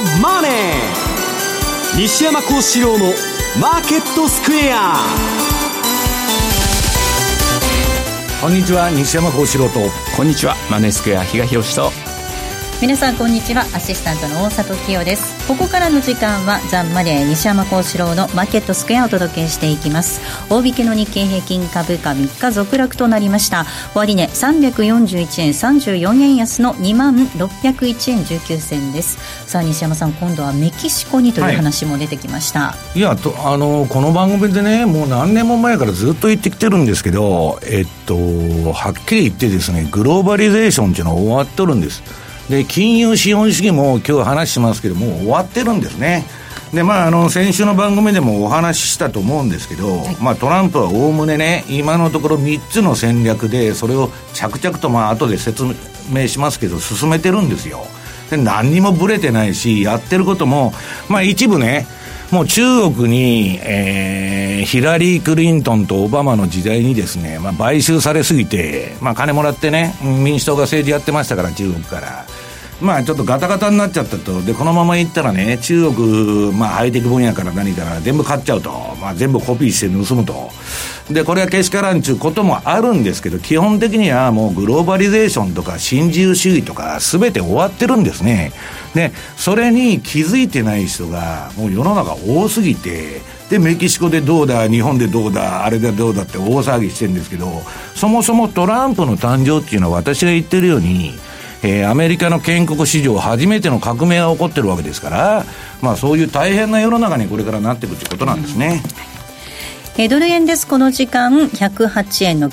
マネー。西山孝四郎のマーケットスクエア。 こんにちは、西山孝四郎と。 こんにちは、マネースクエア比嘉宏と。 皆さんこんにちは、アシスタントの大里清です。ここからの時間はザ・マネー西山孝四郎のマーケットスクエアをお届けしていきます。大引けの日経平均株価3日続落となりました。終値341円34円安の 2601円19銭です。さあ西山さん、今度はメキシコにという話も出てきました。 いやこの番組でね、もう何年も前からずっと言ってきてるんですけど、はっきり言ってですね、グローバリゼーションっていうのは終わっとるんです。で、金融資本主義も今日話しますけどもう終わってるんですね。で、先週の番組でもお話ししたと思うんですけど、トランプはおおむねね、今のところ3つの戦略でそれを着々と後で説明しますけど進めてるんですよ。で、何にもブレてないし、やってることも一部ね、もう中国に、ヒラリー・クリントンとオバマの時代にですね、買収されすぎて、金もらってね、民主党が政治やってましたから、中国から。ちょっとガタガタになっちゃったと。で、このままいったらね、中国、ハイテク分野から何から全部買っちゃうと。全部コピーして盗むと。で、これはけしからんちゅうこともあるんですけど、基本的にはもうグローバリゼーションとか新自由主義とか全て終わってるんですね。で、それに気づいてない人がもう世の中多すぎて、で、メキシコでどうだ、日本でどうだ、あれでどうだって大騒ぎしてるんですけど、そもそもトランプの誕生っていうのは私が言ってるように、アメリカの建国史上初めての革命が起こってるわけですから、そういう大変な世の中にこれからなっていくということなんですね。 ドル円です。この時間108円の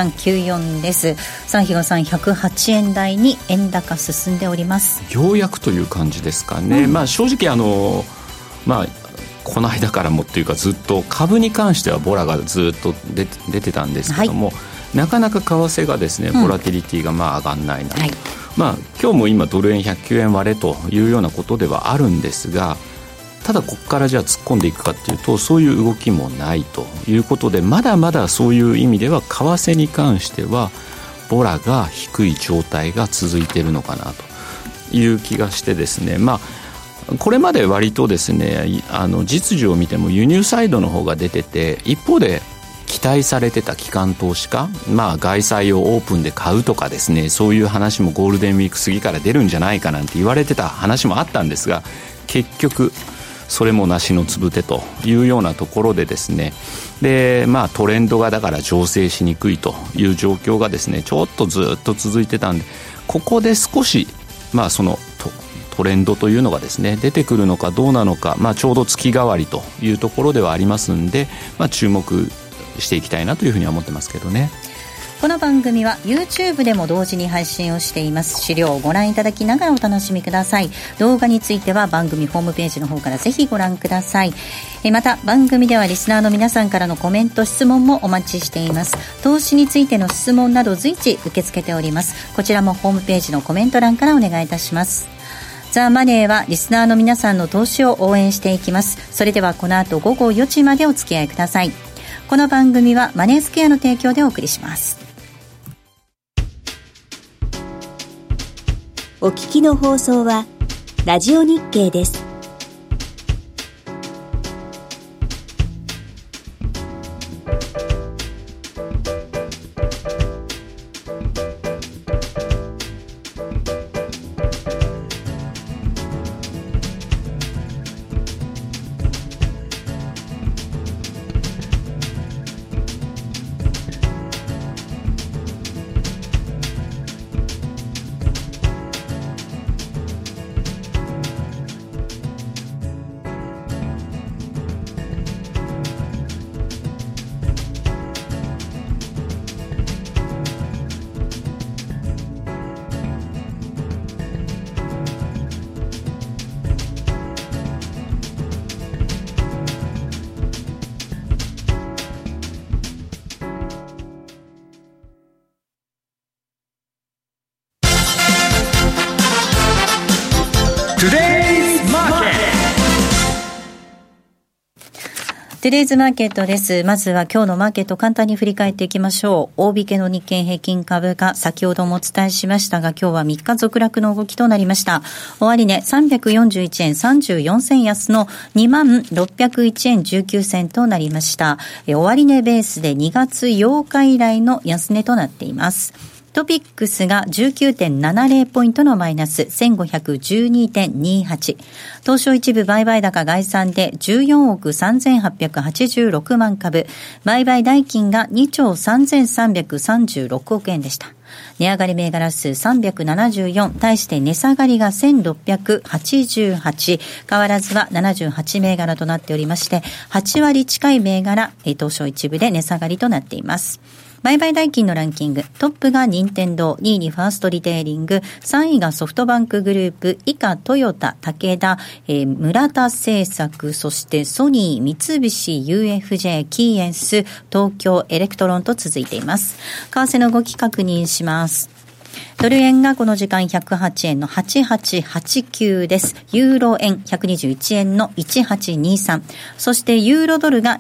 9394です。さあ比嘉さん、108円台に円高進んでおります。 ようやくという感じですかね。正直この間からもっていうか、ずっと株に関してはボラがずっと出てたんですけども、なかなか為替がですね、ボラティリティが上がんないなと、今日も今ドル円109円割れというようなことではあるんですが、ただここからじゃあ突っ込んでいくかっていうと、そういう動きもないということで、まだまだそういう意味では為替に関してはボラが低い状態が続いているのかなという気がしてですね、これまで割とですね、実需を見ても輸入サイドの方が出てて、一方で期待されてた機関投資家、外債をオープンで買うとかですね、そういう話もゴールデンウィーク過ぎから出るんじゃないかなんて言われてた話もあったんですが、結局それもなしのつぶてというようなところでですね、で、トレンドがだから醸成しにくいという状況がですね、ちょっとずっと続いてたんで、ここで少しそのトレンドというのがですね出てくるのかどうなのか、ちょうど月替わりというところではありますんで、注目していきたいなというふうには思ってますけどね。 この番組は YouTube でも同時に配信をしています。資料をご覧いただきながらお楽しみください。動画については番組ホームページの方からぜひご覧ください。また番組ではリスナーの皆さんからのコメント質問もお待ちしています。投資についての質問など随時受け付けております。こちらもホームページのコメント欄からお願いいたします。ザ・マネーはリスナーの皆さんの投資を応援していきます。それではこの後午後4時までお付き合いください。この番組はマネースクエアの提供でお送りします。 お聞きの放送はラジオ日経です。 トゥデイズマーケットです。まずは今日のマーケット簡単に振り返っていきましょう。大引けの日経平均株価、先ほどもお伝えしましたが、今日は3日続落の動きとなりました。終値341円34銭安の 2601円19銭となりました。終値ベースで2月8日以来の安値となっています。トピックスが 19.70 ポイントのマイナス 1512.28。東証一部売買高概算で14億3886万株。売買代金が2兆3336億円でした。値上がり銘柄数374、対して値下がりが1688、変わらずは78銘柄となっておりまして、8割近い銘柄、東証一部で値下がりとなっています。売買代金のランキング、トップが任天堂、2位にファーストリテイリング、3位がソフトバンクグループ、以下トヨタ、武田、村田製作、そしてソニー、三菱 UFJ、キーエンス、東京エレクトロンと続いています。為替の動き確認します。ドル円がこの時間108円の8889です。ユーロ円121円の1823。そしてユーロドルが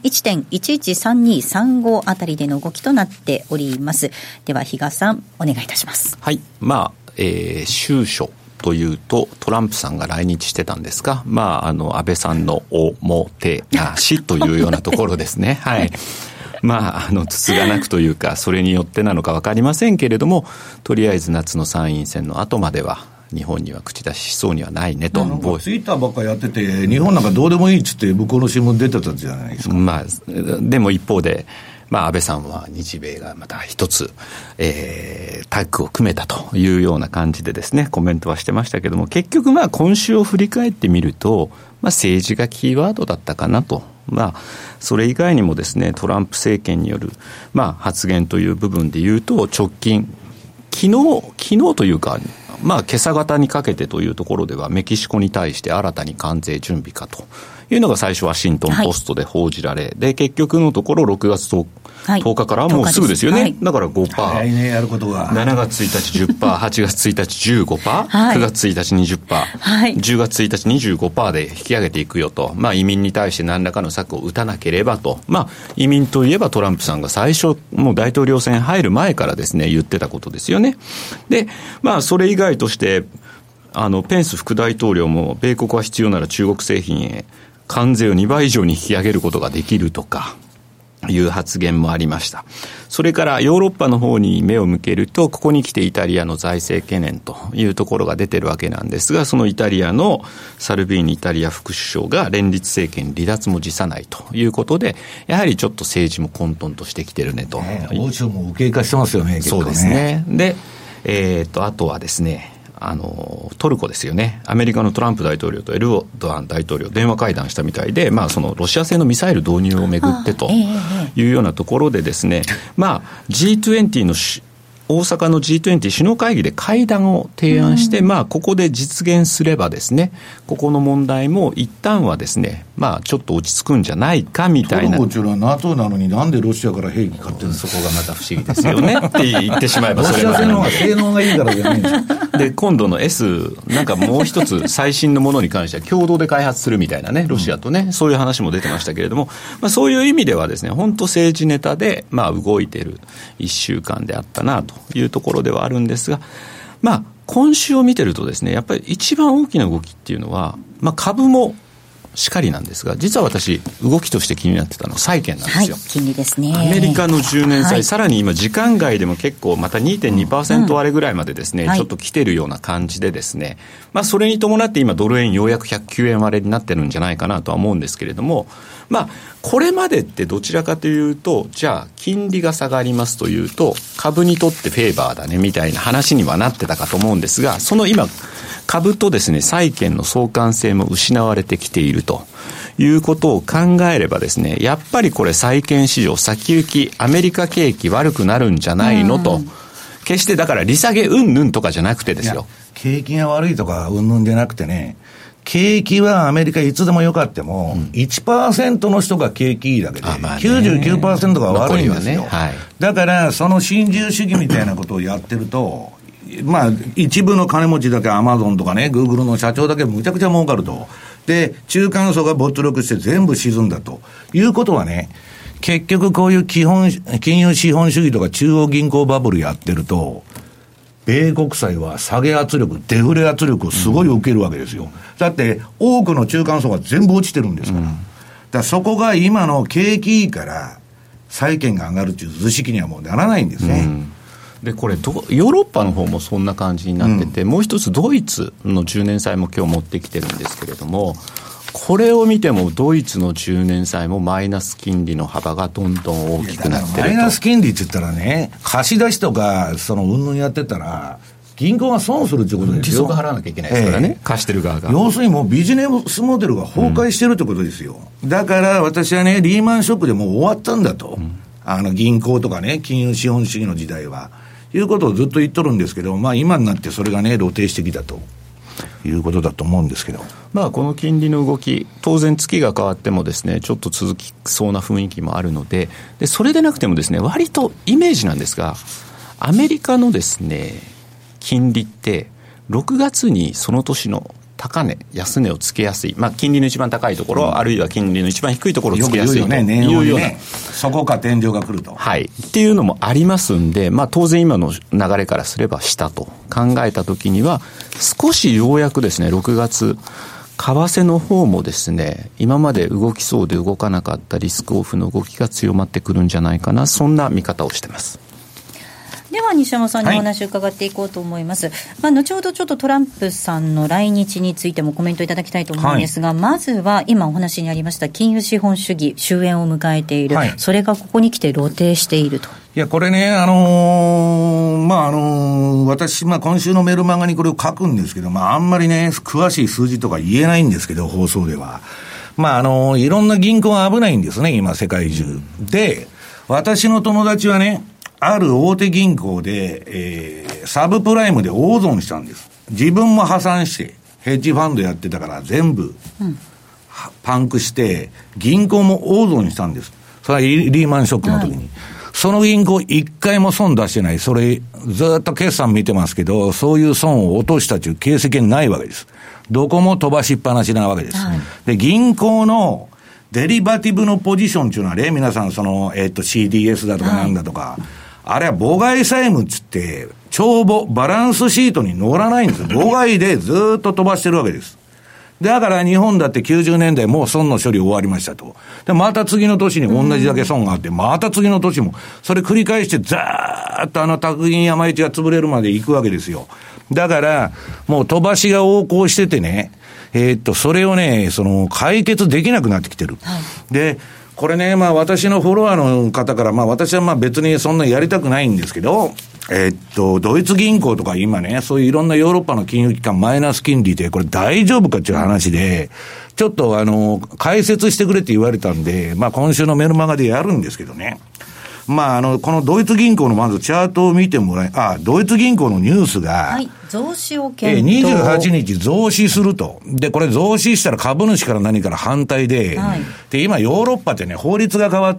1.113235 あたりでの動きとなっております。では比嘉さんお願いいたします。 はい。収書というとトランプさんが来日してたんですが、安倍さんのおもてなしというようなところですね。はい。つつがなくというか、それによってなのか分かりませんけれども、とりあえず夏の参院選の後までは日本には口出ししそうにはないねと。 ツイッターばっかりやってて、日本なんかどうでもいいっつって向こうの新聞出てたじゃないですか。 でも一方で、安倍さんは日米がまた一つ、タッグを組めたというような感じでですね、コメントはしてましたけども、結局今週を振り返ってみると、政治がキーワードだったかなと。それ以外にもですね、トランプ政権による、発言という部分で言うと、直近、昨日というか、今朝方にかけてというところでは、メキシコに対して新たに関税準備かというのが最初ワシントンポストで報じられ、で結局のところ6月10日からもうすぐですよね。だから 5%、 早いね、やることが。 7月1日 10%、8月1日 15%、9月1日 20%、10月1日 25% で引き上げていくよと、移民に対して何らかの策を打たなければと、移民といえばトランプさんが最初もう大統領選入る前からですね言ってたことですよね。でそれ以外としてペンス副大統領も米国は必要なら中国製品へ関税を2倍以上に引き上げることができるとかいう発言もありました。それからヨーロッパの方に目を向けると、ここに来てイタリアの財政懸念というところが出てるわけなんですが、そのイタリアのサルビーニイタリア副首相が連立政権離脱も辞さないということで、やはりちょっと政治も混沌としてきてるねと。 欧州も右傾化してますよね。 そうですね。で、あとはですね、トルコですよね。アメリカのトランプ大統領とエルドアン大統領電話会談したみたいで、そのロシア製のミサイル導入をめぐってというようなところでですね、G20 の大阪の G20 首脳会議で会談を提案して、ここで実現すればですね、ここの問題も一旦はですね、ちょっと落ち着くんじゃないかみたいな。 トルコっていうのは NATO なのになんでロシアから兵器買ってるの。 そこがまた不思議ですよねって言ってしまえばロシア製の方が性能がいいからじゃないんですよ。 で今度の S なんかもう一つ最新のものに関しては共同で開発するみたいなね、ロシアとね、そういう話も出てましたけれども、そういう意味ではですね、本当政治ネタで動いている1週間であったなというところではあるんですが、今週を見てるとですね、やっぱり一番大きな動きっていうのは、株もしかりなんですが、実は私動きとして気になってたのは債券なんですよ。 金利ですね。 アメリカの10年債、さらに今時間外でも結構また 2.2% 割れぐらいまでですね、ちょっと来てるような感じでですね、それに伴って今ドル円ようやく109円割れになってるんじゃないかなとは思うんですけれども、これまでってどちらかというと、じゃあ金利が下がりますというと株にとってフェーバーだねみたいな話にはなってたかと思うんですが、その今株とですね、債券の相関性も失われてきているということを考えればですね、やっぱりこれ債券市場先行きアメリカ景気悪くなるんじゃないのと、決してだから利下げうんぬんとかじゃなくてですよ、 景気が悪いとかうんぬんじゃなくてね、景気はアメリカいつでもよかっても、1% の人が景気いいだけで、99% が悪いんですよ。だからその新自由主義みたいなことをやってると、一部の金持ちだけアマゾンとかね、グーグルの社長だけむちゃくちゃ儲かるとで、中間層が没落して全部沈んだということはね、結局こういう金融資本主義とか中央銀行バブルやってると、米国債は下げ圧力、デフレ圧力をすごい受けるわけですよ。だって多くの中間層が全部落ちてるんですから。だからそこが今の景気いいから債券が上がるという図式にはもうならないんですね。 でこれヨーロッパの方もそんな感じになってて、もう一つドイツの10年債も今日持ってきてるんですけれども、これを見てもドイツの10年債もマイナス金利の幅がどんどん大きくなってると。 マイナス金利って言ったらね、貸し出しとかその云々やってたら銀行が損するってことですよ。 利息払わなきゃいけないですからね、貸してる側が。 要するにもうビジネスモデルが崩壊してるってことですよ。だから私はね、リーマンショックでもう終わったんだと、銀行とかね、金融資本主義の時代はいうことをずっと言っとるんですけど、まあ今になってそれがね露呈してきたということだと思うんですけど、 まあこの金利の動き、当然月が変わってもですね、ちょっと続きそうな雰囲気もあるので、それでなくてもですね、割とイメージなんですが、アメリカのですね金利って6月にその年の高値安値をつけやすい、まあ、金利の一番高いところ、あるいは金利の一番低いところをつけやすいというような、 そこか天井が来ると、 はい、っていうのもありますんで、まあ、当然今の流れからすれば下と考えたときには、少しようやくですね6月為替の方もですね、今まで動きそうで動かなかったリスクオフの動きが強まってくるんじゃないかな、そんな見方をしてます。 では西山さんにお話を伺っていこうと思います、まあ、後ほどちょっとトランプさんの来日についてもコメントいただきたいと思うんですが、まずは今お話にありました金融資本主義終焉を迎えている、それがここに来て露呈していると。 いやこれね、私、今週のメルマガにこれを書くんですけど、あんまりね詳しい数字とか言えないんですけど、放送では。いろんな銀行が危ないんですね今世界中で。私の友達はね、ある大手銀行で、サブプライムで大損したんです。自分も破産してヘッジファンドやってたから全部、パンクして銀行も大損したんです。それはリーマンショックの時に、その銀行一回も損出してない。それずっと決算見てますけど、そういう損を落としたという形跡はないわけです。どこも飛ばしっぱなしなわけです、で銀行のデリバティブのポジションっていうのはね、皆さんCDS だとかなんだとか、あれは母外債務っつって帳簿バランスシートに載らないんですよ。母外でずっと飛ばしてるわけです。だから日本だって90年代もう損の処理終わりましたと。でまた次の年に同じだけ損があって、また次の年もそれ繰り返してざーっと宅銀山一が潰れるまで行くわけですよ。だからもう飛ばしが横行しててね、それをね解決できなくなってきてる、でこれね、私のフォロワーの方から、私は別にそんなやりたくないんですけど、ドイツ銀行とか今ね、そういういろんなヨーロッパの金融機関マイナス金利で、これ大丈夫かっていう話で、ちょっと解説してくれって言われたんで、今週のメルマガでやるんですけどね。このドイツ銀行のまずチャートを見てもらドイツ銀行のニュースが、 増資を検討、 28日増資すると。で、これ増資したら株主から何から反対で、で、今ヨーロッパってね、法律が変わって、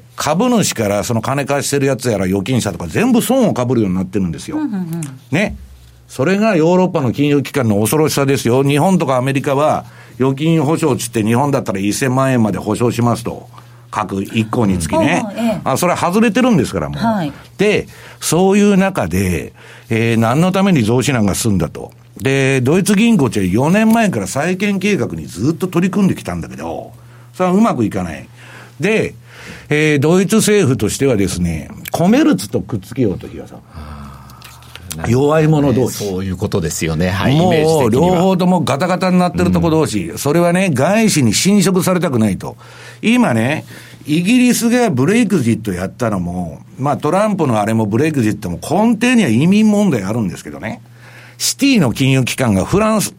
株主からその金貸してるやつやら預金者とか全部損を被るようになってるんですよ。ね。それがヨーロッパの金融機関の恐ろしさですよ。日本とかアメリカは預金保証つって日本だったら1000万円まで保証しますと。各一行につきね、それは外れてるんですからもう、でそういう中で、何のために増資難が済んだと。でドイツ銀行って4年前から再建計画にずっと取り組んできたんだけど、それはうまくいかない。で、ドイツ政府としてはですね、コメルツとくっつけようと、比嘉さん、弱い者同士、 そういうことですよね、 もう両方ともガタガタになってるとこ同士、それはね外資に侵食されたくないと。今ねイギリスがブレイクジットやったのも、トランプのあれもブレイクジットも根底には移民問題あるんですけどね、シティの金融機関がフランクフ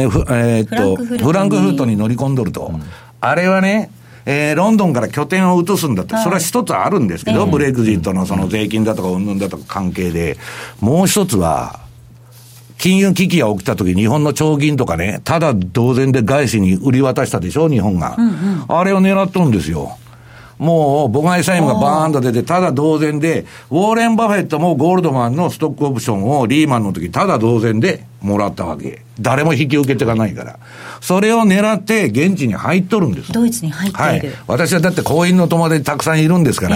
ルトに乗り込んどると、あれはねロンドンから拠点を移すんだって、それは一つあるんですけど、ブレイクジットのその税金だとか云々だとか関係で、もう一つは、金融危機が起きた時、日本の長銀とかね、ただ同然で外資に売り渡したでしょ、日本が。あれを狙っとるんですよ。 もう母外債務がバーンと出てただ同然で、ウォーレン・バフェットもゴールドマンのストックオプションをリーマンの時ただ同然でもらったわけ。誰も引き受けてがないから。それを狙って現地に入っとるんです。 ドイツに入っている。 はい。私はだって行員の友達たくさんいるんですから。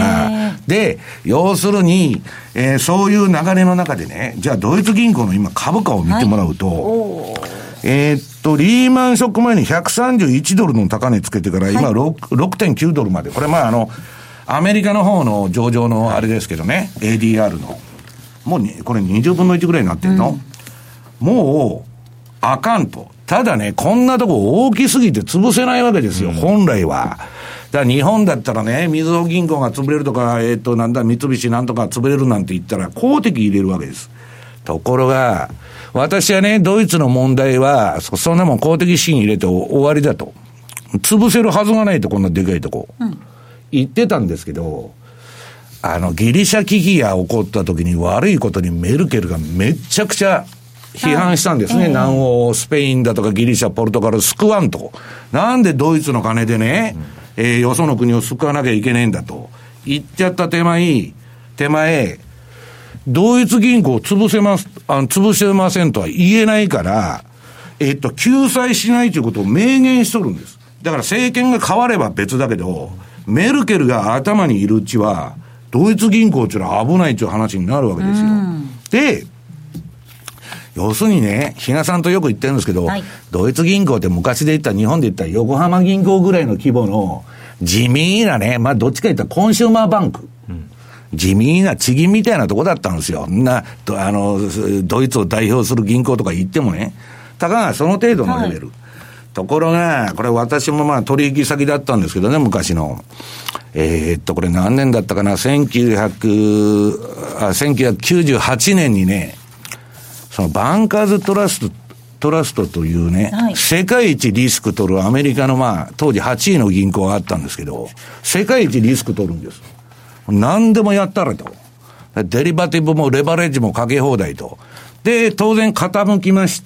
で、要するに、そういう流れの中でね、じゃあドイツ銀行の今株価を見てもらうと、リーマンショック前に131ドルの高値つけてから今 6.9 ドルまで。これアメリカの方の上場のあれですけどね、ADR の。もうこれ20分の1ぐらいになってんの、もう、あかんと。ただね、こんなとこ大きすぎて潰せないわけですよ、本来は。だから日本だったらね、みずほ銀行が潰れるとか、三菱なんとか潰れるなんて言ったら、公的入れるわけです。ところが、私はね、ドイツの問題は、そんなもん公的資金入れて終わりだと。潰せるはずがないと、こんなでかいとこ。言ってたんですけど、ギリシャ危機が起こった時に悪いことにメルケルがめちゃくちゃ批判したんですね。南欧、スペインだとかギリシャ、ポルトガル救わんと。なんでドイツの金でね、よその国を救わなきゃいけねえんだと。言っちゃった手前、ドイツ銀行を潰せませんとは言えないから、救済しないということを明言しとるんです。だから政権が変われば別だけど、メルケルが頭にいるうちは、ドイツ銀行っていうのは危ないっていう話になるわけですよ。で、要するにね、比嘉さんとよく言ってるんですけど、ドイツ銀行って昔で言ったら日本で言ったら横浜銀行ぐらいの規模の地味なね、どっちか言ったらコンシューマーバンク。地味な地銀みたいなとこだったんですよ。ドイツを代表する銀行とか言ってもね、たかがその程度のレベル。ところが、これ私も取引先だったんですけどね、昔の。これ何年だったかな、1998年にね、そのバンカーズトラストというね、世界一リスク取るアメリカの当時8位の銀行があったんですけど、世界一リスク取るんです。何でもやったらと。デリバティブもレバレッジもかけ放題と。で、当然傾きまして、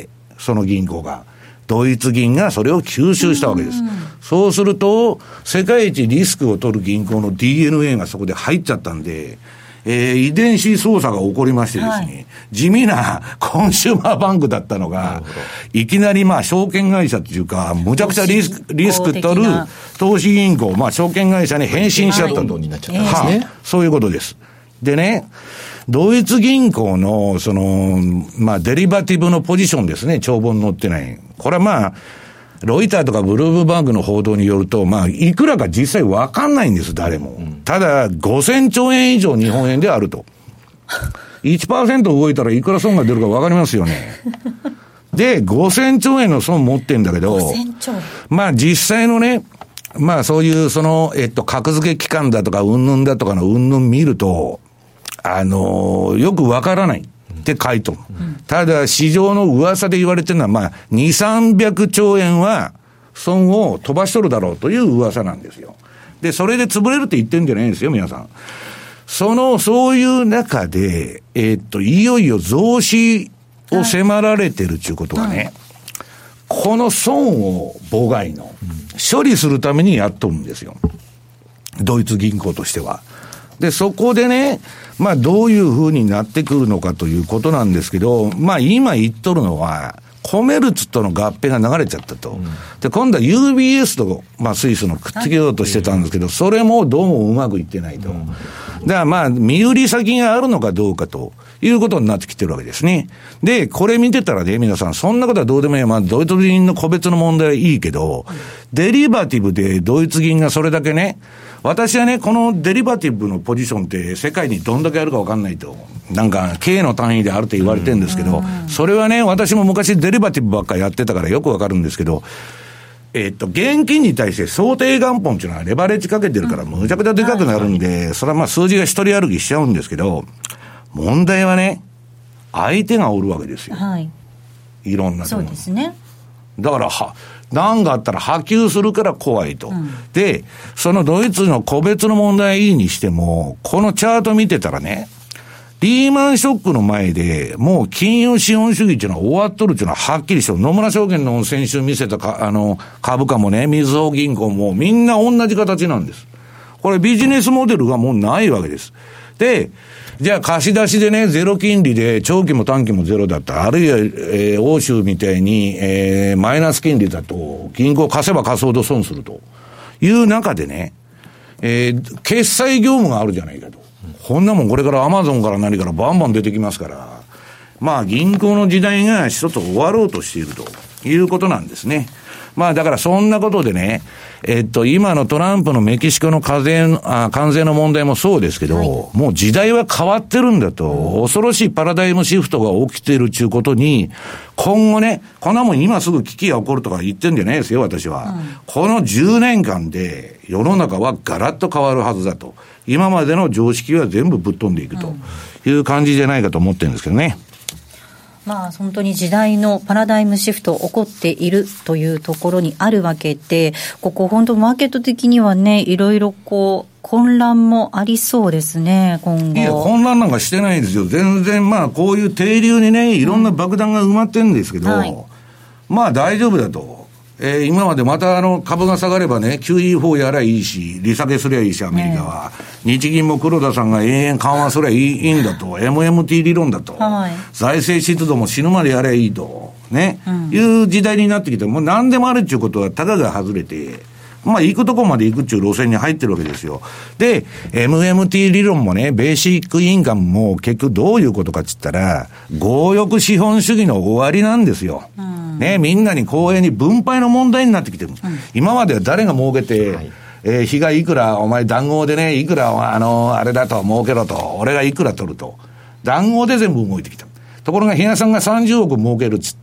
その銀行が。ドイツ銀がそれを吸収したわけです。そうすると、世界一リスクを取る銀行の DNA がそこで入っちゃったんで、遺伝子操作が起こりましてですね、地味なコンシューマーバンクだったのが、いきなり証券会社っていうか、むちゃくちゃリスク取る投資銀行、証券会社に変身しちゃったと。そういうことです。でね、ドイツ銀行の、デリバティブのポジションですね、帳簿に載ってない。これはロイターとかブルームバーグの報道によると、いくらか実際わかんないんです、誰も。ただ、5000兆円以上日本円であると。1% 動いたらいくら損が出るかわかりますよね。で、5000兆円の損持ってんだけど、実際のね、そういう格付け機関だとか、うんぬんだとかのうんぬん見ると、よくわからないって書いてる。ただ、市場の噂で言われてるのは、2、300兆円は損を飛ばしとるだろうという噂なんですよ。で、それで潰れるって言ってるんじゃないんですよ、皆さん。そういう中で、いよいよ増資を迫られてるっていうことはね、この損を母外の処理するためにやっとるんですよ。ドイツ銀行としては。で、そこでね、どういう風になってくるのかということなんですけど、今言っとるのは、コメルツとの合併が流れちゃったと。で、今度は UBS と、スイスのくっつけようとしてたんですけど、それもどうもうまくいってないと。だから身売り先があるのかどうかということになってきてるわけですね。で、これ見てたらね、皆さん、そんなことはどうでもいい。ドイツ銀の個別の問題はいいけど、デリバティブでドイツ銀がそれだけね、私はね、このデリバティブのポジションって世界にどんだけあるか分かんないと。K の単位であると言われてるんですけど、それはね、私も昔デリバティブばっかりやってたからよく分かるんですけど、現金に対して想定元本っていうのはレバレッジかけてるからむちゃくちゃでかくなるんで、それは数字が一人歩きしちゃうんですけど、問題はね、相手がおるわけですよ。いろんなところ。そうですね。だから何があったら波及するから怖いと。で、そのドイツの個別の問題いいにしても、このチャート見てたらね、リーマンショックの前で、もう金融資本主義っていうのは終わっとるっていうのははっきりしてる。野村証券の先週見せた株価もね、みずほ銀行もみんな同じ形なんです。 これビジネスモデルがもうないわけです。で、じゃあ貸し出しでね、ゼロ金利で長期も短期もゼロだった。あるいは、欧州みたいに、マイナス金利だと、銀行貸せば貸すほど損するという中でね、決済業務があるじゃないかと。こんなもんこれからアマゾンから何からバンバン出てきますから、まあ銀行の時代が一つ終わろうとしているということなんですね。まあだからそんなことでね、今のトランプのメキシコの関税の問題もそうですけど、はい、もう時代は変わってるんだと、恐ろしいパラダイムシフトが起きているということに、今後ね、こんなもん今すぐ危機が起こるとか言ってんじゃないですよ、私は。この10年間で世の中はガラッと変わるはずだと。今までの常識は全部ぶっ飛んでいくという感じじゃないかと思ってるんですけどね。 まあ本当に時代のパラダイムシフト起こっているというところにあるわけで、ここ本当マーケット的にはね、いろいろこう混乱もありそうですね、今後。 いや、混乱なんかしてないんですよ。全然まあこういう定流にね、いろんな爆弾が埋まってるんですけど、はい、まあ大丈夫だと。今までまた株が下がればね、QE4 やらいいし、利下げすりゃいいし、アメリカは。日銀も黒田さんが延々緩和すりゃいいんだと。MMT 理論だと。はい、財政出動も死ぬまでやればいいと。ね、いう時代になってきて、もう何でもあるっていうことはたかが外れて、まあ行くとこまで行くっていう路線に入ってるわけですよ。で、MMT 理論もね、ベーシックインカムも結局どういうことかって言ったら、強欲資本主義の終わりなんですよ。ね、みんなに公営に分配の問題になってきてる。今までは誰が儲けて、日がいくら、お前談合でね、いくら、あれだと儲けろと、俺がいくら取ると。談合で全部動いてきた。ところが、比嘉さんが30億儲けるっつって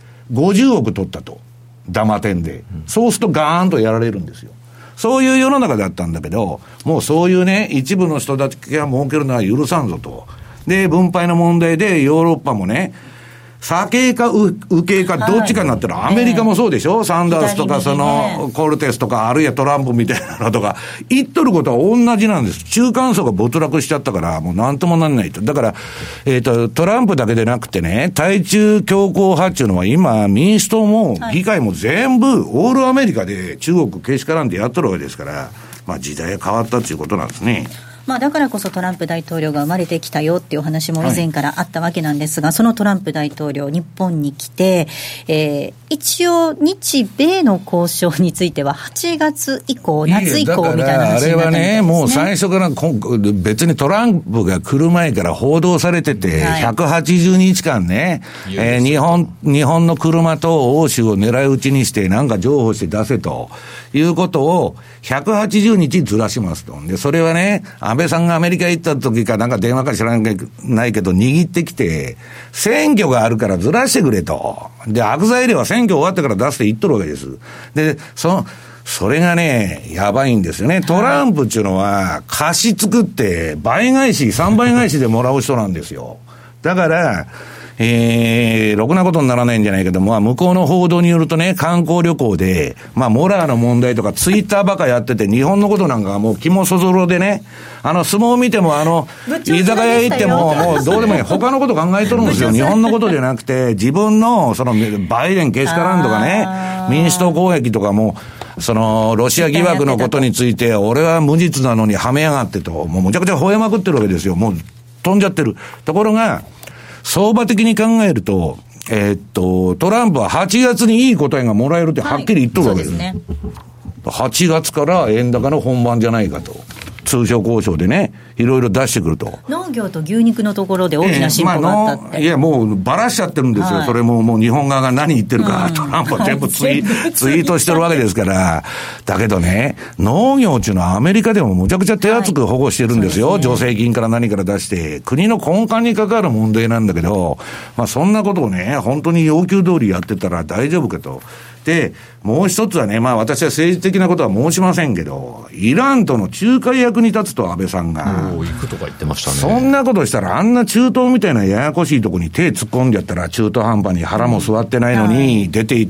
、50億取ったと。ダマ店で。そうするとガーンとやられるんですよ。そういう世の中だったんだけど、もうそういうね、一部の人だけが儲けるのは許さんぞと。で、分配の問題でヨーロッパもね、左傾か右傾かどっちかになってる、はい、アメリカもそうでしょ、サンダースとかコルテスとかあるいはトランプみたいなのとか言っとることは同じなんです。中間層が没落しちゃったからもうなんともなんないと。だからトランプだけでなくてね、対中強硬派っていうのは今民主党も議会も全部オールアメリカで中国けしからんでやっとるわけですから、まあ時代が変わったっていうことなんですね。 まあ、だからこそトランプ大統領が生まれてきたよっていうお話も以前からあったわけなんですが、はい、そのトランプ大統領日本に来て、一応日米の交渉については8月以降夏以降みたいな話になったみたいですね。 あれはね、もう最初から別にトランプが来る前から報道されてて、はい、180日間ね、日本の車と欧州を狙い撃ちにしてなんか譲歩して出せということを180日ずらしますと。でそれはね、安倍さんがアメリカ行った時かなんか電話か知らないけど握ってきて、選挙があるからずらしてくれと。で、悪材料は選挙終わってから出して言っとるわけです。で、それがね、やばいんですよね。トランプっていうのは貸し作って倍返し、3倍返しでもらう人なんですよ。だから、ろくなことにならないんじゃないけど、まあ、向こうの報道によるとね、観光旅行で、まあ、モラーの問題とか、ツイッターばかやってて、日本のことなんかもう肝そぞろでね、相撲見ても、居酒屋行っても、もうどうでもいい。他のこと考えとるんですよ。日本のことじゃなくて、自分の、バイデンけしからんとかね、民主党攻撃とかも、ロシア疑惑のことについて、俺は無実なのにはめやがってと、もうむちゃくちゃ吠えまくってるわけですよ。もう、飛んじゃってる。ところが、相場的に考えると、トランプは8月にいい答えがもらえるってはっきり言っとるわけです。はい、そうですね。8月から円高の本番じゃないかと。通商交渉でね、いろいろ出してくると。 農業と牛肉のところで大きな進歩があったって。 いや、もうばらしちゃってるんですよ。はい、それもう日本側が何言ってるか、トランプは全部ツイートしてるわけですから。だけどね、農業っていうのはアメリカでもむちゃくちゃ手厚く保護してるんですよ。はい、助成金から何から出して。国の根幹に関わる問題なんだけど、まあそんなことをね、本当に要求通りやってたら大丈夫かと。で、もう一つはね、まあ私は政治的なことは申しませんけど、イランとの仲介役に立つと安倍さんが。 行くとか言ってましたね。 そんなことしたらあんな中東みたいなややこしいとこに手突っ込んじゃったら中途半端に腹も座ってないのに出て行って、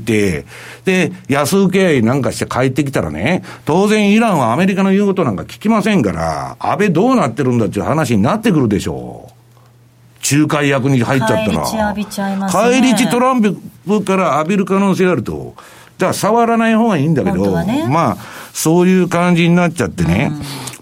で、安請け合いなんかして帰ってきたらね、当然イランはアメリカの言うことなんか聞きませんから、安倍どうなってるんだっていう話になってくるでしょう。仲介役に入っちゃったら。返り血トランプから浴びる可能性があると。だから触らない方がいいんだけど、ね、まあ、そういう感じになっちゃってね。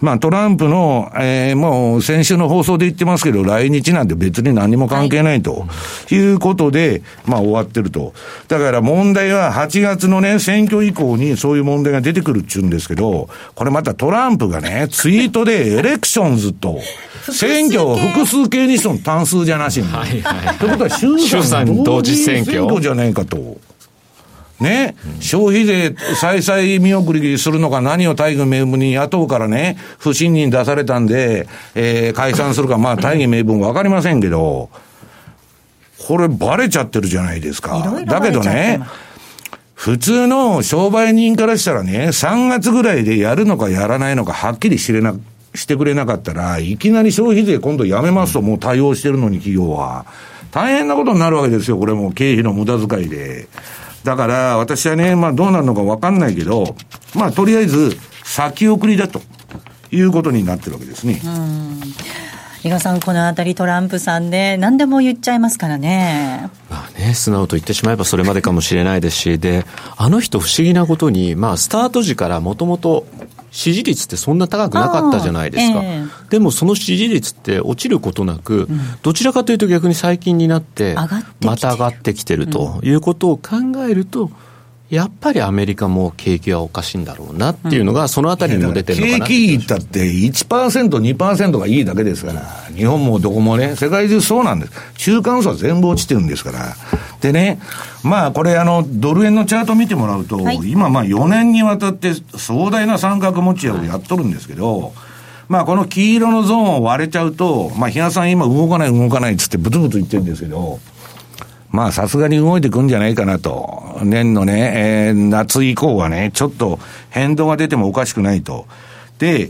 まあトランプの、もう先週の放送で言ってますけど、来日なんて別に何も関係ないということで、まあ終わってると。だから問題は8月のね、選挙以降にそういう問題が出てくるっちゅうんですけど、これまたトランプがね、ツイートでエレクションズと、選挙を複数形にしとん単数じゃなしに。はいはい。ということは衆参同時選挙じゃないかと。ね、消費税再々見送りするのか何を大義名分に野党からね、不信任出されたんで、解散するか、まあ大義名分わかりませんけど、これバレちゃってるじゃないですか。だけどね、普通の商売人からしたらね、3月ぐらいでやるのかやらないのかはっきりしてくれなかったら、いきなり消費税今度やめますともう対応してるのに企業は。大変なことになるわけですよ、これも経費の無駄遣いで。だから私はね、まあどうなるのか分かんないけど、まあとりあえず先送りだということになってるわけですね。 伊賀さん、このあたりトランプさんね、何でも言っちゃいますからね。 まあね、素直と言ってしまえばそれまでかもしれないですし、で、あの人不思議なことに、まあスタート時からもともと支持率ってそんな高くなかったじゃないですか。でもその支持率って落ちることなく、どちらかというと逆に最近になってまた上がってきてるということを考えると、やっぱりアメリカも景気はおかしいんだろうなっていうのがそのあたりにも出てるのかな。 景気いいったって 1%、2% がいいだけですから、日本もどこもね、世界中そうなんです。中間層は全部落ちてるんですから。でね、まあこれドル円のチャート見てもらうと、今まあ4年にわたって壮大な三角持ち合いをやっとるんですけど、まあこの黄色のゾーンを割れちゃうと、まあ日野さん今動かないっつってブツブツ言ってるんですけど、まあさすがに動いてくんじゃないかなと。年のね、夏以降はね、ちょっと変動が出てもおかしくないと。で、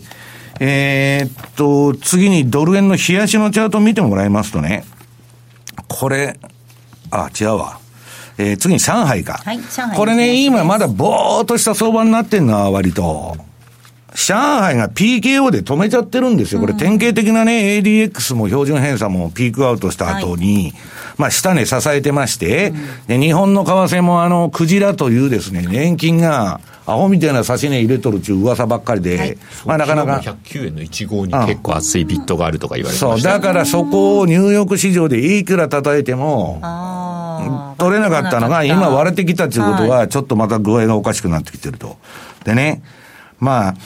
次にドル円の冷やしのチャートを見てもらいますとね、これ、違うわ。次に上海か。はい、上海。これね、今まだぼーっとした相場になってんのは割と。上海が PKO で止めちゃってるんですよ。これ典型的なね、ADX も標準偏差もピークアウトした後に、まあ下値支えてまして、で、日本の為替もクジラというですね、年金が、アホみたいな差し値入れとるっていう噂ばっかりで、まあなかなか。 109円の15に結構熱いビットがあるとか言われてました。 そう、だからそこをニューヨーク市場でいくら叩いても、取れなかったのが、今割れてきたっていうことは、ちょっとまた具合がおかしくなってきてると。でね、まあ、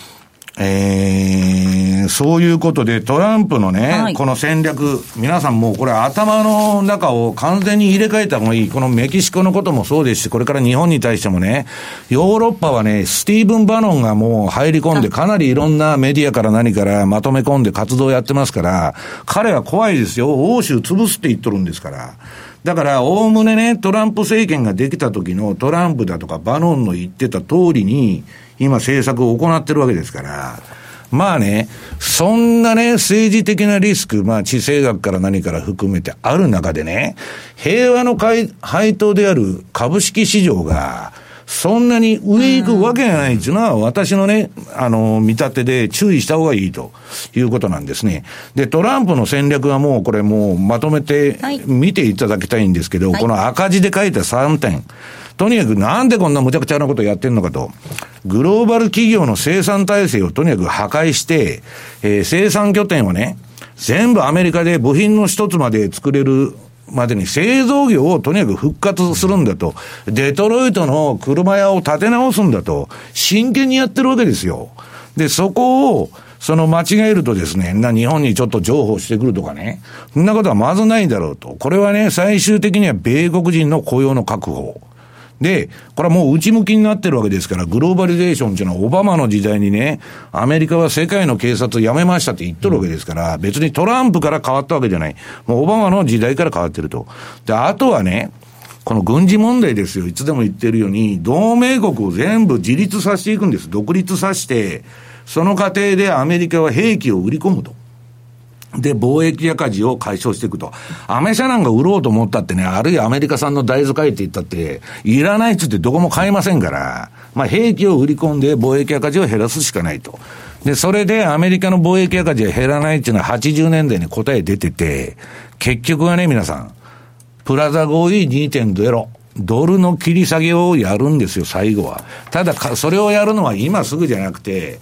そういうことでトランプのね、この戦略、皆さんもうこれ頭の中を完全に入れ替えた方がいい。このメキシコのこともそうですし、これから日本に対してもね、ヨーロッパはね、スティーブン・バノンがもう入り込んで、かなりいろんなメディアから何からまとめ込んで活動やってますから、彼は怖いですよ。欧州潰すって言っとるんですから。だから、おおむねね、トランプ政権ができた時のトランプだとかバノンの言ってた通りに、今政策を行ってるわけですから、まあね、そんなね、政治的なリスク、まあ地政学から何から含めてある中でね、平和の配当である株式市場が、そんなに上行くわけがないっていうのは、私のね、見立てで注意した方がいいということなんですね。で、トランプの戦略はもうこれもうまとめて見ていただきたいんですけど、この赤字で書いた3点。とにかくなんでこんな無茶苦茶なことをやってんのかと。グローバル企業の生産体制をとにかく破壊して、生産拠点をね、全部アメリカで部品の一つまで作れるまでに製造業をとにかく復活するんだと。デトロイトの車屋を建て直すんだと。真剣にやってるわけですよ。で、そこを、間違えるとですね、日本にちょっと譲歩してくるとかね。そんなことはまずないだろうと。これはね、最終的には米国人の雇用の確保。で、これはもう内向きになってるわけですから、グローバリゼーションっていうのはオバマの時代にね、アメリカは世界の警察をやめましたって言っとるわけですから、別にトランプから変わったわけじゃない。もうオバマの時代から変わってると。で、あとはね、この軍事問題ですよ。いつでも言ってるように、同盟国を全部自立させていくんです。独立させて、その過程でアメリカは兵器を売り込むと。で、貿易赤字を解消していくと。アメ車なんか売ろうと思ったってね、あるいはアメリカ産の大豆買いって言ったって、いらないっつってどこも買えませんから、まあ兵器を売り込んで貿易赤字を減らすしかないと。で、それでアメリカの貿易赤字が減らないっていうのは80年代に答え出てて、結局はね、皆さん、プラザ合意 2.0。ドルの切り下げをやるんですよ、最後は。ただ、それをやるのは今すぐじゃなくて、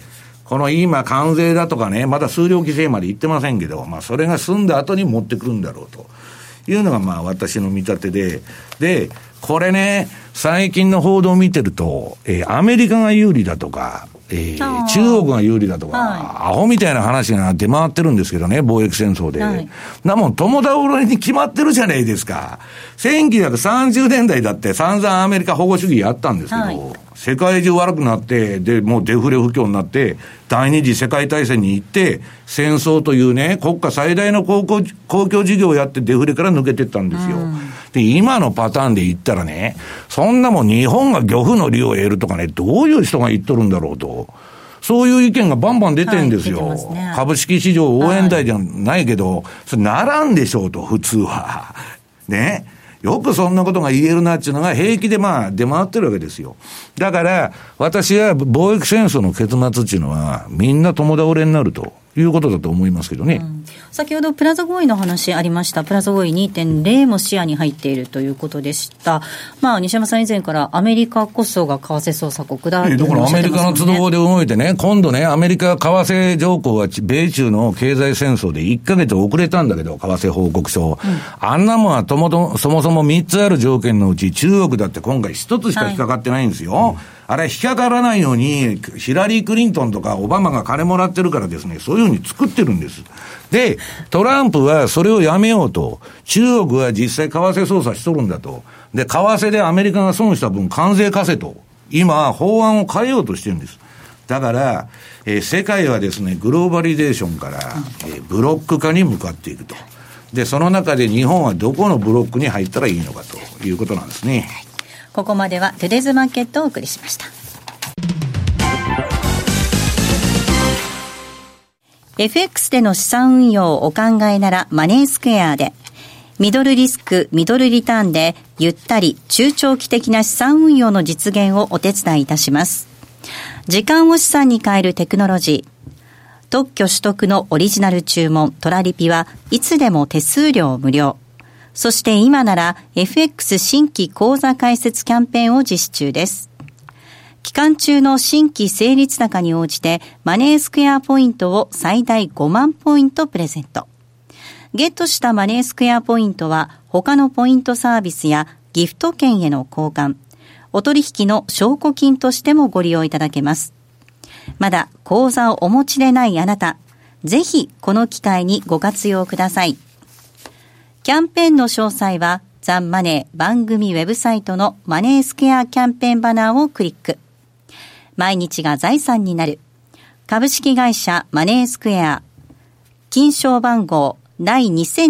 この今関税だとかね、まだ数量規制まで言ってませんけど、まあそれが済んだ後に持ってくるんだろうというのがまあ私の見立てで、これね、最近の報道を見てると、アメリカが有利だとか、中国が有利だとか、アホみたいな話が出回ってるんですけどね、貿易戦争で。なもん、共倒れに決まってるじゃないですか。1930年代だって散々アメリカ保護主義やったんですけど、世界中悪くなって、で、もうデフレ不況になって、第二次世界大戦に行って、戦争というね、国家最大の公共事業をやってデフレから抜けてったんですよ。で、今のパターンで言ったらね、そんなもん日本が漁夫の利を得るとかね、どういう人が言っとるんだろうと。そういう意見がバンバン出てるんですよ。ね、株式市場応援隊じゃないけど、それならんでしょうと、普通は。ね。よくそんなことが言えるなっていうのが平気でまあ出回ってるわけですよ。だから私は貿易戦争の結末っていうのはみんな共倒れになるということだと思いますけどね。 先ほどプラザ合意の話ありました。プラザ合意 2.0 も視野に入っているということでした。まあ西山さん以前からアメリカこそが為替操作国だというだからアメリカの都合で動いてね、今度ね、アメリカ為替条項は米中の経済戦争で1ヶ月遅れたんだけど、為替報告書。あんなもんはそもそも3つある条件のうち中国だって今回1つしか引っかかってないんですよ。あれ引っかからないようにヒラリー・クリントンとかオバマが金もらってるからですね、そういうふうに作ってるんです。で、トランプはそれをやめようと、中国は実際為替操作しとるんだと。で、為替でアメリカが損した分関税課せと。今、法案を変えようとしてるんです。だから、世界はですね、グローバリゼーションから、ブロック化に向かっていくと。で、その中で日本はどこのブロックに入ったらいいのかということなんですね。 ここまではトゥデイズマーケットをお送りしました。FX での資産運用をお考えならマネースクエアで、ミドルリスク、ミドルリターンでゆったり中長期的な資産運用の実現をお手伝いいたします。時間を資産に変えるテクノロジー、特許取得のオリジナル注文トラリピはいつでも手数料無料。そして今なら FX 新規口座開設キャンペーンを実施中です。期間中の新規成立高に応じてマネースクエアポイントを最大5万ポイントプレゼント。ゲットしたマネースクエアポイントは他のポイントサービスやギフト券への交換、お取引の証拠金としてもご利用いただけます。まだ口座をお持ちでないあなた、ぜひこの機会にご活用ください。キャンペーンの詳細はザ・マネー番組ウェブサイトのマネースクエアキャンペーンバナーをクリック。毎日が財産になる株式会社マネースクエア、金賞番号第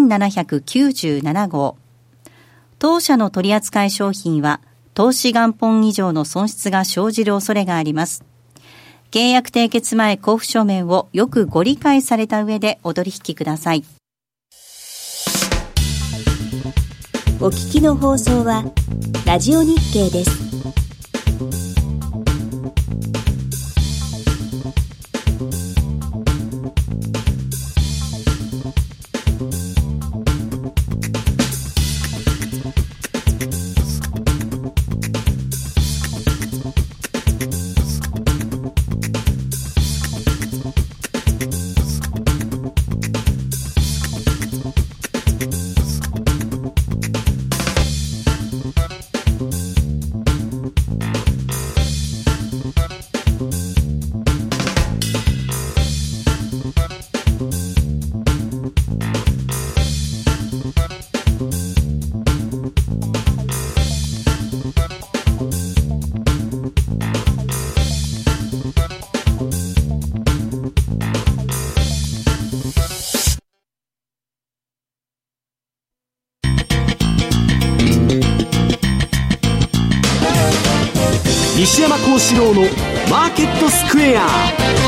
2797号。当社の取扱い商品は投資元本以上の損失が生じる恐れがあります。契約締結前交付書面をよくご理解された上でお取引ください。 お聞きの放送はラジオ日経です。 西山幸四郎のマーケットスクエア。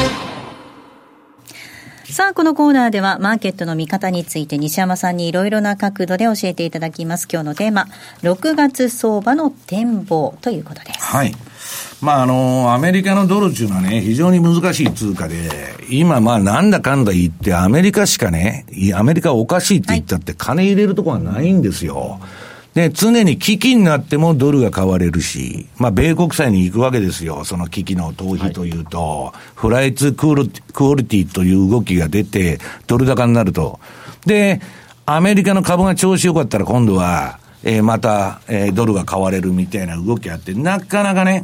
さあ、このコーナーではマーケットの見方について西山さんにいろいろな角度で教えていただきます。今日のテーマ、6月相場の展望ということです。 はい。まあ、アメリカのドルっていうのはね、非常に難しい通貨で、今なんだかんだ言ってアメリカしかね、アメリカおかしいって言ったって金入れるところはないんですよ。 で、常に危機になってもドルが買われるし、まあ、米国債に行くわけですよ。その危機の逃避というと、フライツクオリティという動きが出て、ドル高になると。で、アメリカの株が調子良かったら今度は、また、ドルが買われるみたいな動きあって、なかなかね、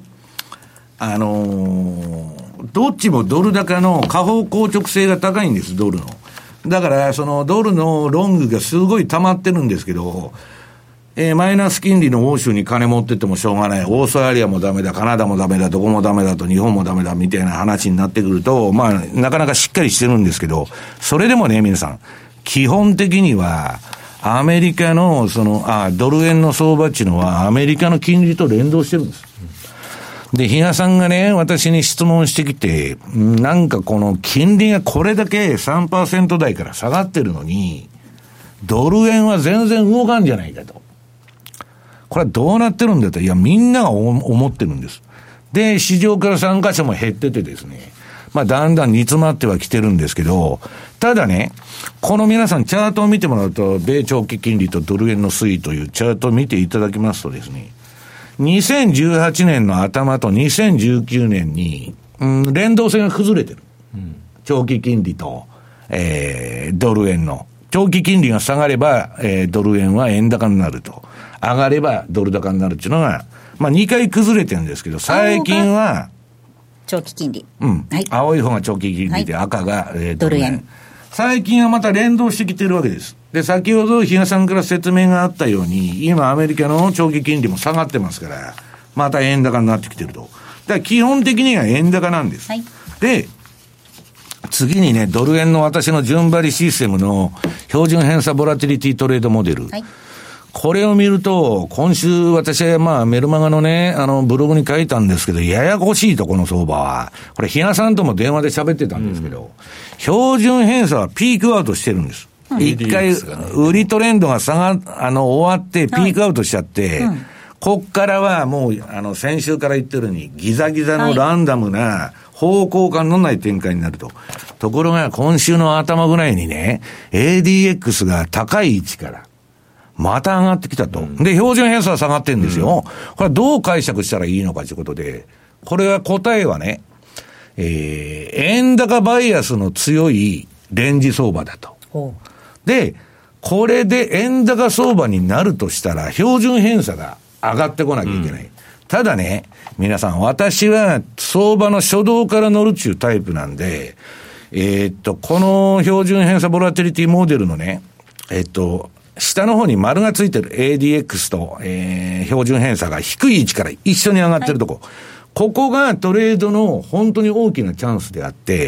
どっちもドル高の下方硬直性が高いんです、ドルの。だから、そのドルのロングがすごい溜まってるんですけど、マイナス金利の欧州に金持ってってもしょうがない。オーストラリアもダメだ、カナダもダメだ、どこもダメだと、日本もダメだみたいな話になってくると、まあ、なかなかしっかりしてるんですけど、それでもね、皆さん、基本的には、アメリカの、ドル円の相場っていうのは、アメリカの金利と連動してるんです。で、比嘉さんがね、私に質問してきて、なんかこの金利がこれだけ 3% 台から下がってるのに、ドル円は全然動かんじゃないかと。これはどうなってるんだと。いや、みんなが思ってるんです。で、市場から参加者も減っててですね、まあ、だんだん煮詰まってはきてるんですけど、ただね、この皆さんチャートを見てもらうと、米長期金利とドル円の推移というチャートを見ていただきますとですね、2018年の頭と2019年に、連動性が崩れてる。長期金利と、ドル円の。長期金利が下がれば、ドル円は円高になると。上がればドル高になるっていうのが、まあ2回崩れてるんですけど、最近は、 長期金利。 はい。青い方が長期金利で、赤が、 ドル円。 最近はまた連動してきてるわけです。で、先ほど比嘉さんから説明があったように、今アメリカの長期金利も下がってますから、また円高になってきてると。だから基本的には円高なんです。 はい。 で、次にね、ドル円の私の順張りシステムの標準偏差ボラティリティトレードモデル。はい。これを見ると、今週私はまあメルマガのね、ブログに書いたんですけど、ややこしいとこの相場は。これ、比嘉さんとも電話で喋ってたんですけど、標準偏差はピークアウトしてるんです。一回、売りトレンドが終わってピークアウトしちゃって、こっからはもう、先週から言ってるように、ギザギザのランダムな方向感のない展開になると。ところが、今週の頭ぐらいにね、ADX が高い位置から、また上がってきたと。で、標準偏差は下がってるんですよ。これはどう解釈したらいいのかということで、これは答えはね、円高バイアスの強いレンジ相場だと。で、これで円高相場になるとしたら、標準偏差が上がってこなきゃいけない。ただね、皆さん、私は相場の初動から乗るっていうタイプなんで、この標準偏差ボラティリティモデルのね、下の方に丸がついてる ADX と、標準偏差が低い位置から一緒に上がってるとこ。ここがトレードの本当に大きなチャンスであって、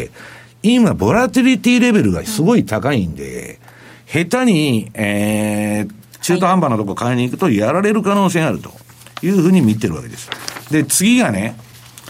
今、ボラティリティレベルがすごい高いんで、下手に、中途半端なとこ買いに行くとやられる可能性があるというふうに見てるわけです。で、次がね、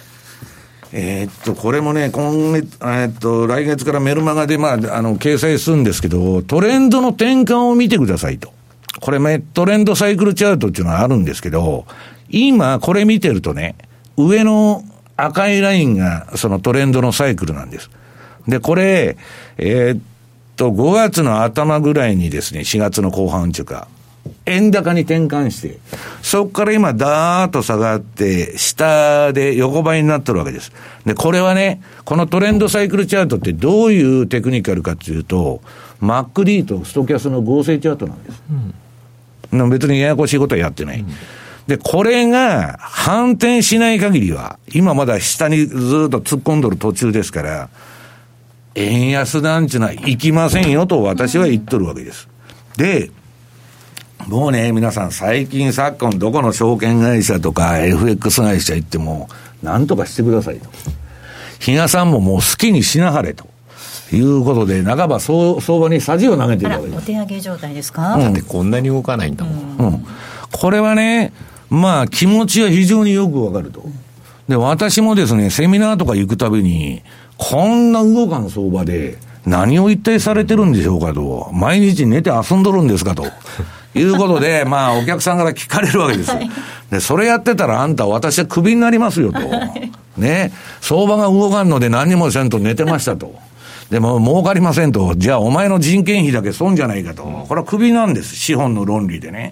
これもね、今月、来月からメルマガで、まあ、掲載するんですけど、トレンドの転換を見てくださいと。これ、トレンドサイクルチャートっていうのはあるんですけど、今、これ見てるとね、上の赤いラインが、そのトレンドのサイクルなんです。で、これ、5月の頭ぐらいにですね、4月の後半というか、円高に転換して、そこから今ダーッと下がって、下で横ばいになってるわけです。で、これはね、このトレンドサイクルチャートってどういうテクニカルかっていうと、MACD とストキャスの合成チャートなんです。別にややこしいことはやってない。で、これが反転しない限りは、今まだ下にずっと突っ込んどる途中ですから、円安なんちゅうのは行きませんよと私は言っとるわけです。で、もうね、皆さん最近昨今どこの証券会社とか FX 会社行っても何とかしてくださいと。比嘉さんももう好きにしなはれということで、半ば相場にさじを投げてるわけです。 お手上げ状態ですか？ だってこんなに動かないんだもん。 これはね、まあ気持ちは非常によくわかると。で、私もですね、セミナーとか行くたびに、こんな動かん相場で何を一体されてるんでしょうかと。毎日寝て遊んどるんですかと。いうことで、まあ、お客さんから聞かれるわけですよ。で、それやってたらあんた私はクビになりますよと。ね。相場が動かんので何もせんと寝てましたと。でも儲かりませんと。じゃあお前の人件費だけ損じゃないかと。これはクビなんです。資本の論理でね。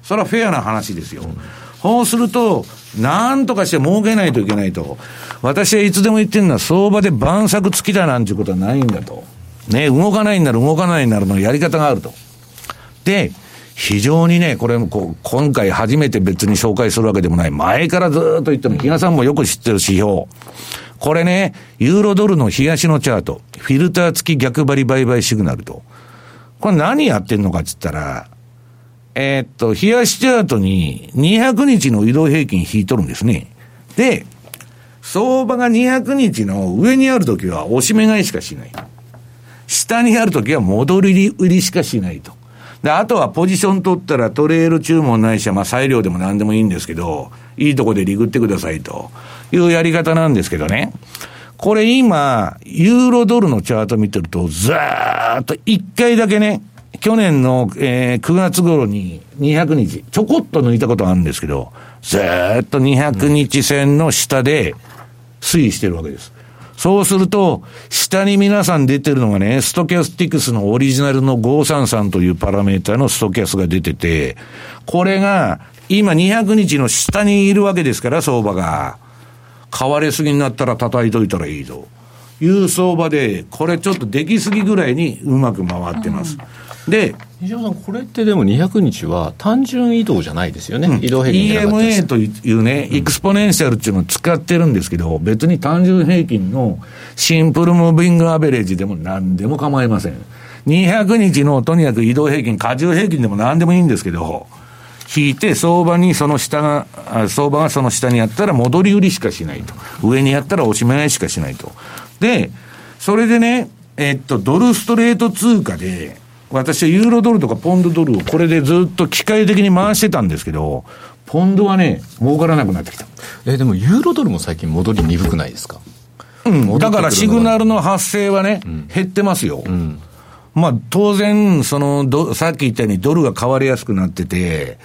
それはフェアな話ですよ。そうすると、なんとかして儲けないといけないと。私はいつでも言ってるのは、相場で晩作尽きたなんていうことはないんだと。ね、動かないんなら動かないんならのやり方があると。で、非常にね、これも今回初めて別に紹介するわけでもない。前からずーっと言ってる、比嘉さんもよく知ってる指標。これね、ユーロドルの東のチャート、フィルター付き逆張り売買シグナルと。これ何やってんのかって言ったら、冷やしチャートに200日の移動平均引いとるんですね。で、相場が200日の上にあるときは押し目買いしかしない。下にあるときは戻り売りしかしないと。で、あとはポジション取ったらトレール注文ないしは、まあ裁量でも何でもいいんですけど、いいとこでリグってくださいというやり方なんですけどね。これ今、ユーロドルのチャート見てると、ざーっと1回だけね、去年の、9月頃に200日、ちょこっと抜いたことがあるんですけど、ずーっと200日線の下で推移してるわけです。そうすると、下に皆さん出てるのがね、ストキャスティクスのオリジナルの533というパラメーターのストキャスが出てて、これが今200日の下にいるわけですから、相場が。買われすぎになったら叩いといたらいいという相場で、これちょっと出来すぎぐらいにうまく回ってます。で、 西山さん、これってでも200日は単純移動じゃないですよね、移動平均じゃなかったです。 EMA というね、エクスポネンシャルっていうのを使ってるんですけど、別に単純平均のシンプルムービングアベレージでも何でも構いません。200日のとにかく移動平均、過重平均でも何でもいいんですけど、引いて相場がその下にあったら戻り売りしかしないと。上にやったら押し目買いしかしないと。で、それでね、ドルストレート通貨で、私はユーロドルとかポンドドルをこれでずっと機械的に回してたんですけど、ポンドはね、儲からなくなってきた。 でもユーロドルも最近戻り鈍くないですか？ うん。だからシグナルの発生はね、減ってますよ。まあ、当然、さっき言ったようにドルが買われやすくなってて、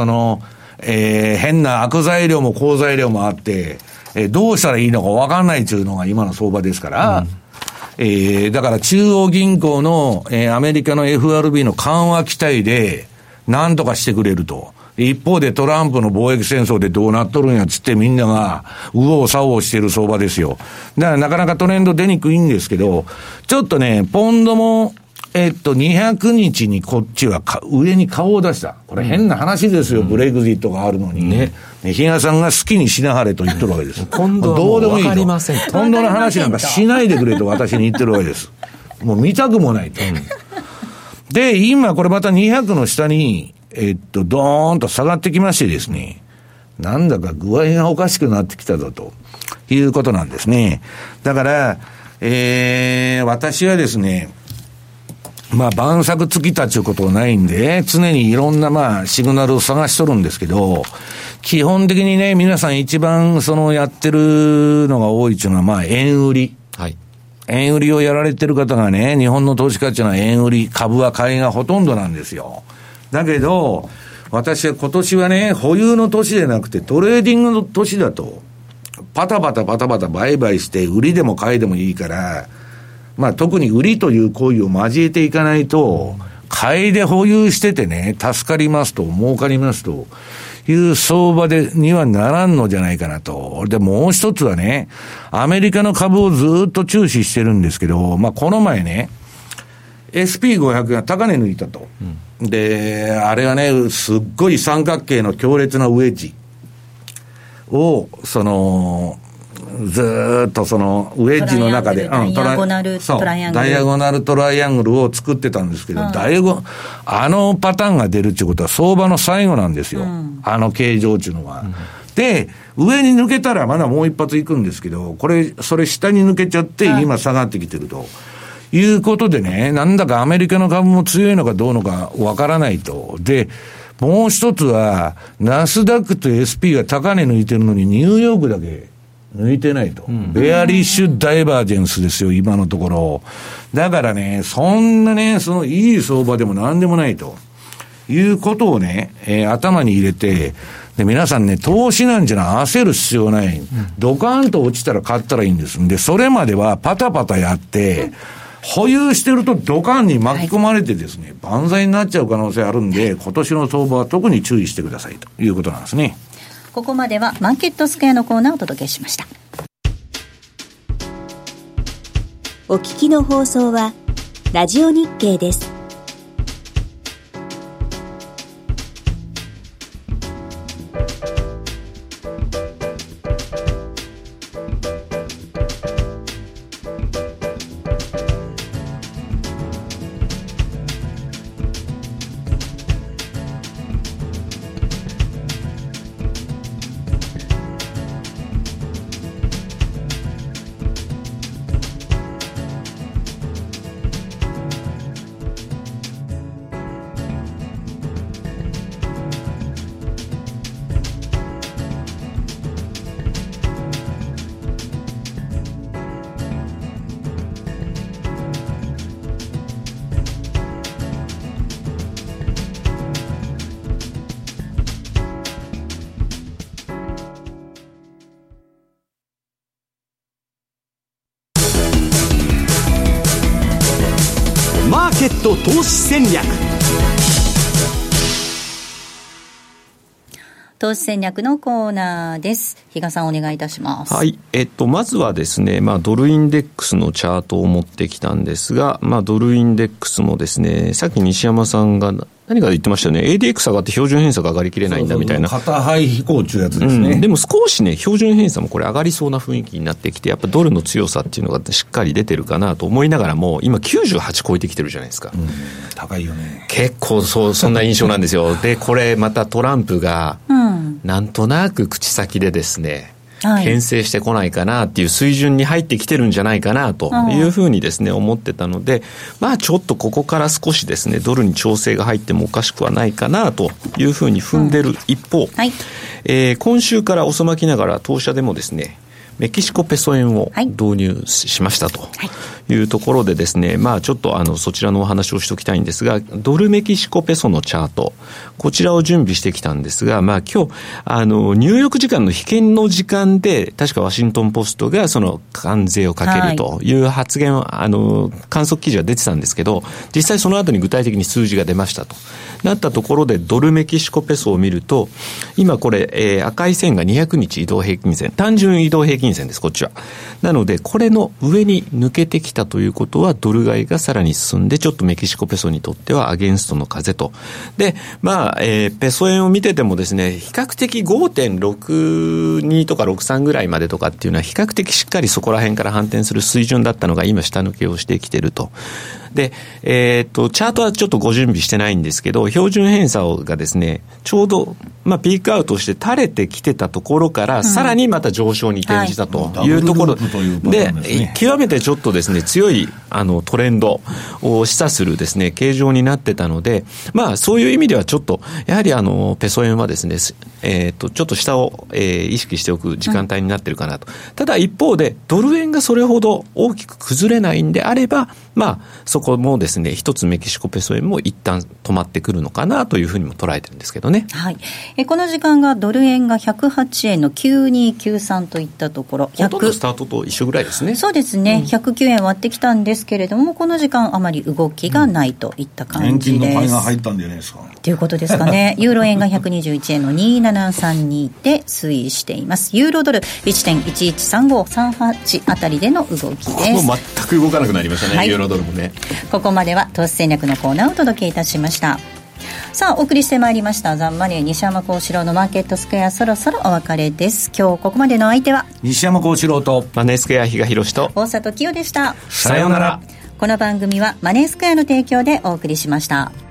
変な悪材料も好材料もあって、どうしたらいいのか分かんないというのが今の相場ですから、だから中央銀行の、アメリカの FRB の緩和期待で、何とかしてくれると。一方でトランプの貿易戦争でどうなっとるんやつってみんなが右往左往してる相場ですよ。だからなかなかトレンド出にくいんですけど、ちょっとね、ポンドも、200日にこっちは上に顔を出した。これ変な話ですよ、ブレグジットがあるのに。ね。比嘉さんが好きにしなはれと言ってるわけです。 今度はもう分かりませんと。 今度の話なんかしないでくれと私に言ってるわけです。もう見たくもないと。で、今これまた200の下に、ドーンと下がってきましてですね、なんだか具合がおかしくなってきたぞということなんですね。だから、私はですね、まあ、晩作尽きたっていうことはないんで、常にいろんなまあ、シグナルを探しとるんですけど、基本的にね、皆さん一番やってるのが多いっていうのは、まあ、円売り。はい。円売りをやられてる方がね、日本の投資家っていうのは円売り、株は買いがほとんどなんですよ。だけど、私は今年はね、保有の年でなくてトレーディングの年だと、パタパタ売買して、売りでも買いでもいいから、まあ特に売りという行為を交えていかないと、買いで保有しててね、助かりますと、儲かりますという相場にはならんのじゃないかなと。で、もう一つはね、アメリカの株をずっと注視してるんですけど、まあこの前ね、SP500 が高値抜いたと。で、あれはね、すっごい三角形の強烈なウェッジを、ずーっとウェッジの中で、 ダイアゴナルトライアングル。 ダイアゴナルトライアングルを作ってたんですけど、あのパターンが出るっていうことは相場の最後なんですよ。あの形状っていうのは。で、上に抜けたらまだもう一発行くんですけど、それ下に抜けちゃって今下がってきてると。いうことでね、なんだかアメリカの株も強いのかどうのかわからないと。で、もう一つは、ナスダックと SP が高値抜いてるのにニューヨークだけ抜いてないと。ベアリッシュダイバージェンスですよ、今のところ。だからね、そんなね、いい相場でもなんでもないと。いうことをね、頭に入れて、で、皆さんね、投資なんじゃな焦る必要ない。ドカーンと落ちたら買ったらいいんです。で、それまではパタパタやって、 保有してるとドカンに巻き込まれてですね、万歳になっちゃう可能性あるんで、今年の相場は特に注意してくださいということなんですね。 ここまではマーケットスクエアのコーナーをお届けしました。 お聞きの放送はラジオ日経です。 マーケット投資戦略。 投資戦略のコーナーです。比嘉さんお願いいたします。 はい。まずはですね、ドルインデックスのチャートを持ってきたんですが、ドルインデックスもですね、さっき西山さんが何か言ってましたよね。ADX 上がって標準偏差が上がりきれないんだみたいな。 片肺飛行っていうやつですね。 でも少しね、標準偏差もこれ上がりそうな雰囲気になってきて、やっぱドルの強さっていうのがしっかり出てるかなと思いながらも、今98超えてきてるじゃないですか。 高いよね。 結構そんな印象なんですよ。で、これまたトランプが、なんとなく口先でですね、牽制してこないかなっていう水準に入ってきてるんじゃないかなというふうにですね、思ってたので、ちょっとここから少しですね、ドルに調整が入ってもおかしくはないかなというふうに踏んでる一方、今週から遅まきながら当社でもですね、メキシコペソ円を導入しましたというところでですね、ちょっとそちらのお話をしておきたいんですが、ドルメキシコペソのチャート、こちらを準備してきたんですが、今日ニューヨーク時間の日券の時間で確かワシントンポストがその関税をかけるという発言を観測記事が出てたんですけど、実際その後に具体的に数字が出ましたとなったところで、ドルメキシコペソを見ると今これ、赤い線が200日移動平均線、単純移動平均線です、こっちは。なのでこれの上に抜けてきたということは、ドル買いがさらに進んで、ちょっとメキシコペソにとってはアゲンストの風と。でペソ円を見ててもですね、比較的 5.62 とか63ぐらいまでとかっていうのは比較的しっかりそこら辺から反転する水準だったのが今下抜けをしてきてると。で、チャートはちょっとご準備してないんですけど、標準偏差がですね、ちょうど、ピークアウトして垂れてきてたところから、さらにまた上昇に転じたというところ、で、極めてちょっとですね、強いトレンドを示唆するですね、形状になってたので、そういう意味ではちょっと、やはりペソ円はですね、ちょっと下を、意識しておく時間帯になってるかなと。ただ一方で、ドル円がそれほど大きく崩れないんであれば、そこもですね、一つメキシコペソ円も一旦止まってくるのかなというふうにも捉えてるんですけどね。 はい。この時間がドル円が108円の9293といったところ、 ほとんどスタートと一緒ぐらいですね。 そうですね、109円割ってきたんですけれども、この時間あまり動きがないといった感じです。 年金の買いが入ったんじゃないですかということですかね。ユーロ円が121円の2732で推移しています。ユーロドル 1.113538 あたりでの動きです。 もう全く動かなくなりましたね、ユーロドルもね。 ここまでは投資戦略のコーナーをお届けいたしました。さあお送りしてまいりましたザンマネー西山幸四郎のマーケットスクエア、そろそろお別れです。今日ここまでの相手は西山幸四郎とマネースクエア比嘉宏と大里清でした。 さようなら。 この番組はマネースクエアの提供でお送りしました。